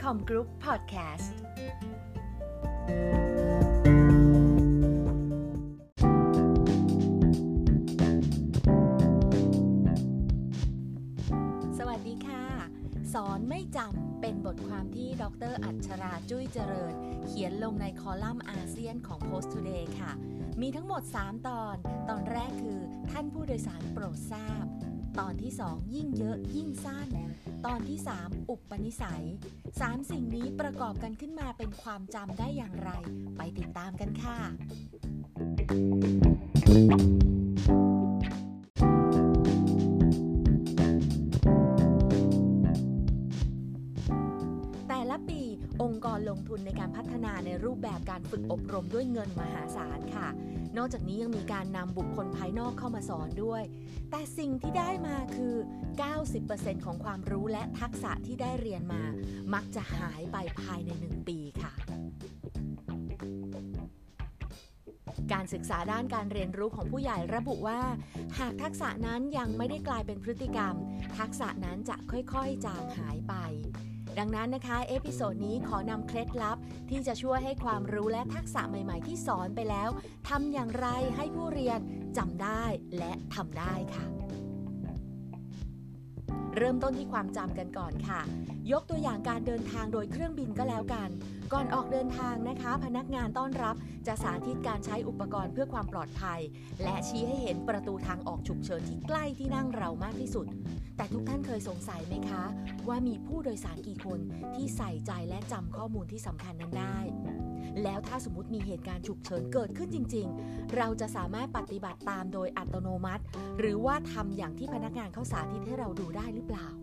Accom Group Podcastสวัสดีค่ะสอนไม่จำเป็นบทความที่ดร.อัชราจุ้ยเจริญเขียนลงในคอลัมน์อาเซียนของ Post Today ค่ะมีทั้งหมด3ตอนแรกคือท่านผู้โดยสารโปรดทราบตอนที่2ยิ่งเยอะยิ่งสั้นตอนที่3อุปนิสัย3สิ่งนี้ประกอบกันขึ้นมาเป็นความจำได้อย่างไรไปติดตามกันค่ะแต่ละปีองค์กรลงทุนในการพัฒนาในรูปแบบการฝึกอบรมด้วยเงินมหาศาลค่ะนอกจากนี้ยังมีการนำบุคคลภายนอกเข้ามาสอนด้วยแต่สิ่งที่ได้มาคือ 90% ของความรู้และทักษะที่ได้เรียนมามักจะหายไปภายใน1 ปีค่ะการศึกษาด้านการเรียนรู้ของผู้ใหญ่ระบุว่าหากทักษะนั้นยังไม่ได้กลายเป็นพฤติกรรมทักษะนั้นจะค่อยๆจางหายไปดังนั้นนะคะเอพิโซดนี้ขอนำเคล็ดลับที่จะช่วยให้ความรู้และทักษะใหม่ๆที่สอนไปแล้วทำอย่างไรให้ผู้เรียนจำได้และทำได้ค่ะเริ่มต้นที่ความจำกันก่อนค่ะยกตัวอย่างการเดินทางโดยเครื่องบินก็แล้วกันก่อนออกเดินทางนะคะพนักงานต้อนรับจะสาธิตการใช้อุปกรณ์เพื่อความปลอดภัยและชี้ให้เห็นประตูทางออกฉุกเฉินที่ใกล้ที่นั่งเรามากที่สุดแต่ทุกท่านเคยสงสัยไหมคะว่ามีผู้โดยสารกี่คนที่ใส่ใจและจำข้อมูลที่สำคัญนั้นได้แล้วถ้าสมมติมีเหตุการณ์ฉุกเฉินเกิดขึ้นจริงๆเราจะสามารถปฏิบัติตามโดยอัตโนมัติหรือว่าทำอย่างที่พนักงานเขาสาธิตให้เราดูได้หรือเปล่า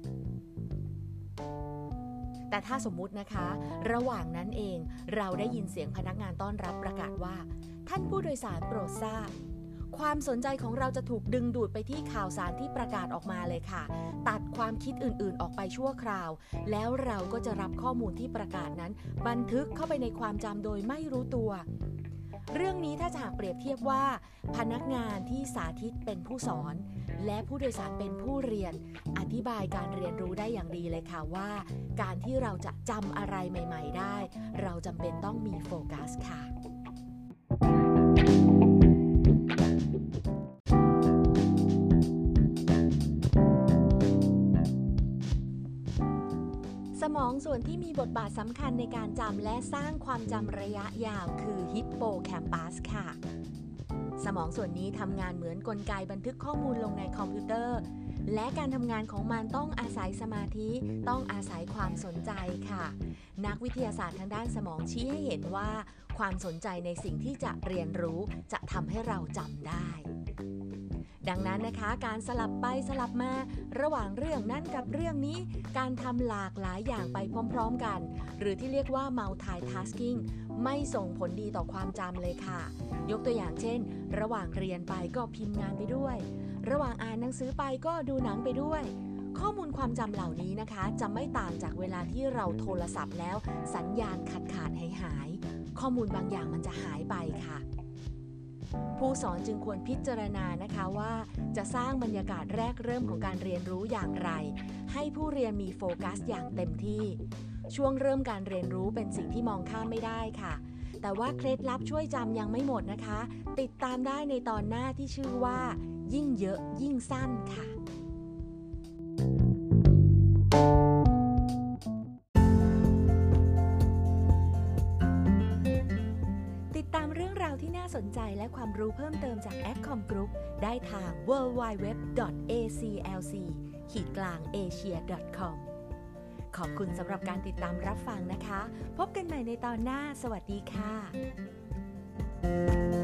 แต่ถ้าสมมุตินะคะระหว่างนั้นเองเราได้ยินเสียงพนักงานต้อนรับประกาศว่าท่านผู้โดยสารโปรดทราบความสนใจของเราจะถูกดึงดูดไปที่ข่าวสารที่ประกาศออกมาเลยค่ะตัดความคิดอื่นๆออกไปชั่วคราวแล้วเราก็จะรับข้อมูลที่ประกาศนั้นบันทึกเข้าไปในความจำโดยไม่รู้ตัวเรื่องนี้ถ้าจะหากเปรียบเทียบว่าพนักงานที่สาธิตเป็นผู้สอนและผู้โดยสารเป็นผู้เรียนอธิบายการเรียนรู้ได้อย่างดีเลยค่ะว่าการที่เราจะจำอะไรใหม่ๆได้เราจำเป็นต้องมีโฟกัสค่ะสมองส่วนที่มีบทบาทสำคัญในการจำและสร้างความจำระยะยาวคือฮิปโปแคมปัสค่ะสมองส่วนนี้ทำงานเหมือนกลไกบันทึกข้อมูลลงในคอมพิวเตอร์และการทำงานของมันต้องอาศัยสมาธิต้องอาศัยความสนใจค่ะนักวิทยาศาสตร์ทางด้านสมองชี้ให้เห็นว่าความสนใจในสิ่งที่จะเรียนรู้จะทำให้เราจำได้ดังนั้นนะคะการสลับไปสลับมาระหว่างเรื่องนั้นกับเรื่องนี้การทำหลากหลายอย่างไปพร้อมๆกันหรือที่เรียกว่า multitasking ไม่ส่งผลดีต่อความจำเลยค่ะยกตัวอย่างเช่นระหว่างเรียนไปก็พิมพ์งานไปด้วยระหว่างอ่านหนังสือไปก็ดูหนังไปด้วยข้อมูลความจำเหล่านี้นะคะจะไม่ต่างจากเวลาที่เราโทรศัพท์แล้วสัญญาณขาดหายข้อมูลบางอย่างมันจะหายไปค่ะผู้สอนจึงควรพิจารณานะคะว่าจะสร้างบรรยากาศแรกเริ่มของการเรียนรู้อย่างไรให้ผู้เรียนมีโฟกัสอย่างเต็มที่ช่วงเริ่มการเรียนรู้เป็นสิ่งที่มองข้ามไม่ได้ค่ะแต่ว่าเคล็ดลับช่วยจำยังไม่หมดนะคะติดตามได้ในตอนหน้าที่ชื่อว่ายิ่งเยอะยิ่งสั้นค่ะที่น่าสนใจและความรู้เพิ่มเติมจาก Accom Group ได้ทาง www.aclc-asia.com ขอบคุณสำหรับการติดตามรับฟังนะคะพบกันใหม่ในตอนหน้าสวัสดีค่ะ